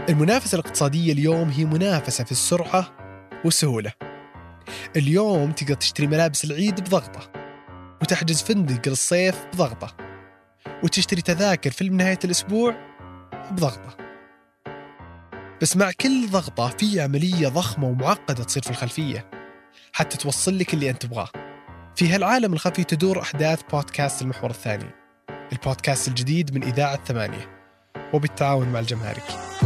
المنافسة الاقتصادية اليوم هي منافسة في السرعة والسهولة. اليوم تقدر تشتري ملابس العيد بضغطة، وتحجز فندق للصيف بضغطة، وتشتري تذاكر فيلم نهاية الأسبوع بضغطة. بس مع كل ضغطة في عملية ضخمة ومعقدة تصير في الخلفية حتى توصل لك اللي أنت تبغاه. في هالعالم الخفي تدور أحداث بودكاست المحور الثاني، البودكاست الجديد من إذاعة 8 وبالتعاون مع الجمهري.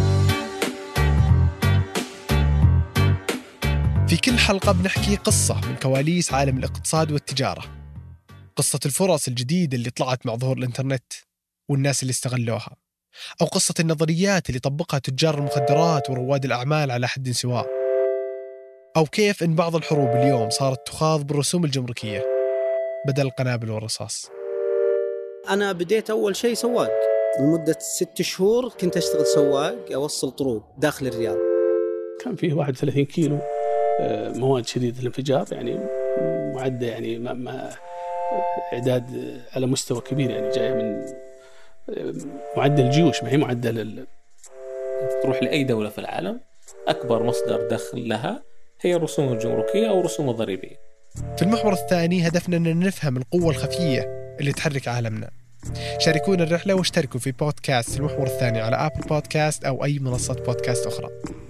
في كل حلقة بنحكي قصة من كواليس عالم الاقتصاد والتجارة، قصة الفرص الجديدة اللي طلعت مع ظهور الإنترنت والناس اللي استغلوها، أو قصة النظريات اللي طبقها تجار المخدرات ورواد الأعمال على حد سواء، أو كيف إن بعض الحروب اليوم صارت تخاض بالرسوم الجمركية بدل القنابل والرصاص. أنا بديت أول شيء سواق، لمدة 6 شهور كنت أشتغل سواق أوصل طرود داخل الرياض. كان فيه 31 كيلو مواد شديدة الانفجار، يعني معدة يعني ما إعداد على مستوى كبير، يعني جاية من معدل الجيوش، ما هي معدل تروح لأي دولة في العالم أكبر مصدر دخل لها هي الرسوم الجمركية أو الرسوم الضريبية. في المحور الثاني هدفنا أن نفهم القوة الخفية اللي تحرك عالمنا. شاركونا الرحلة واشتركوا في بودكاست المحور الثاني على آبل بودكاست أو أي منصة بودكاست أخرى.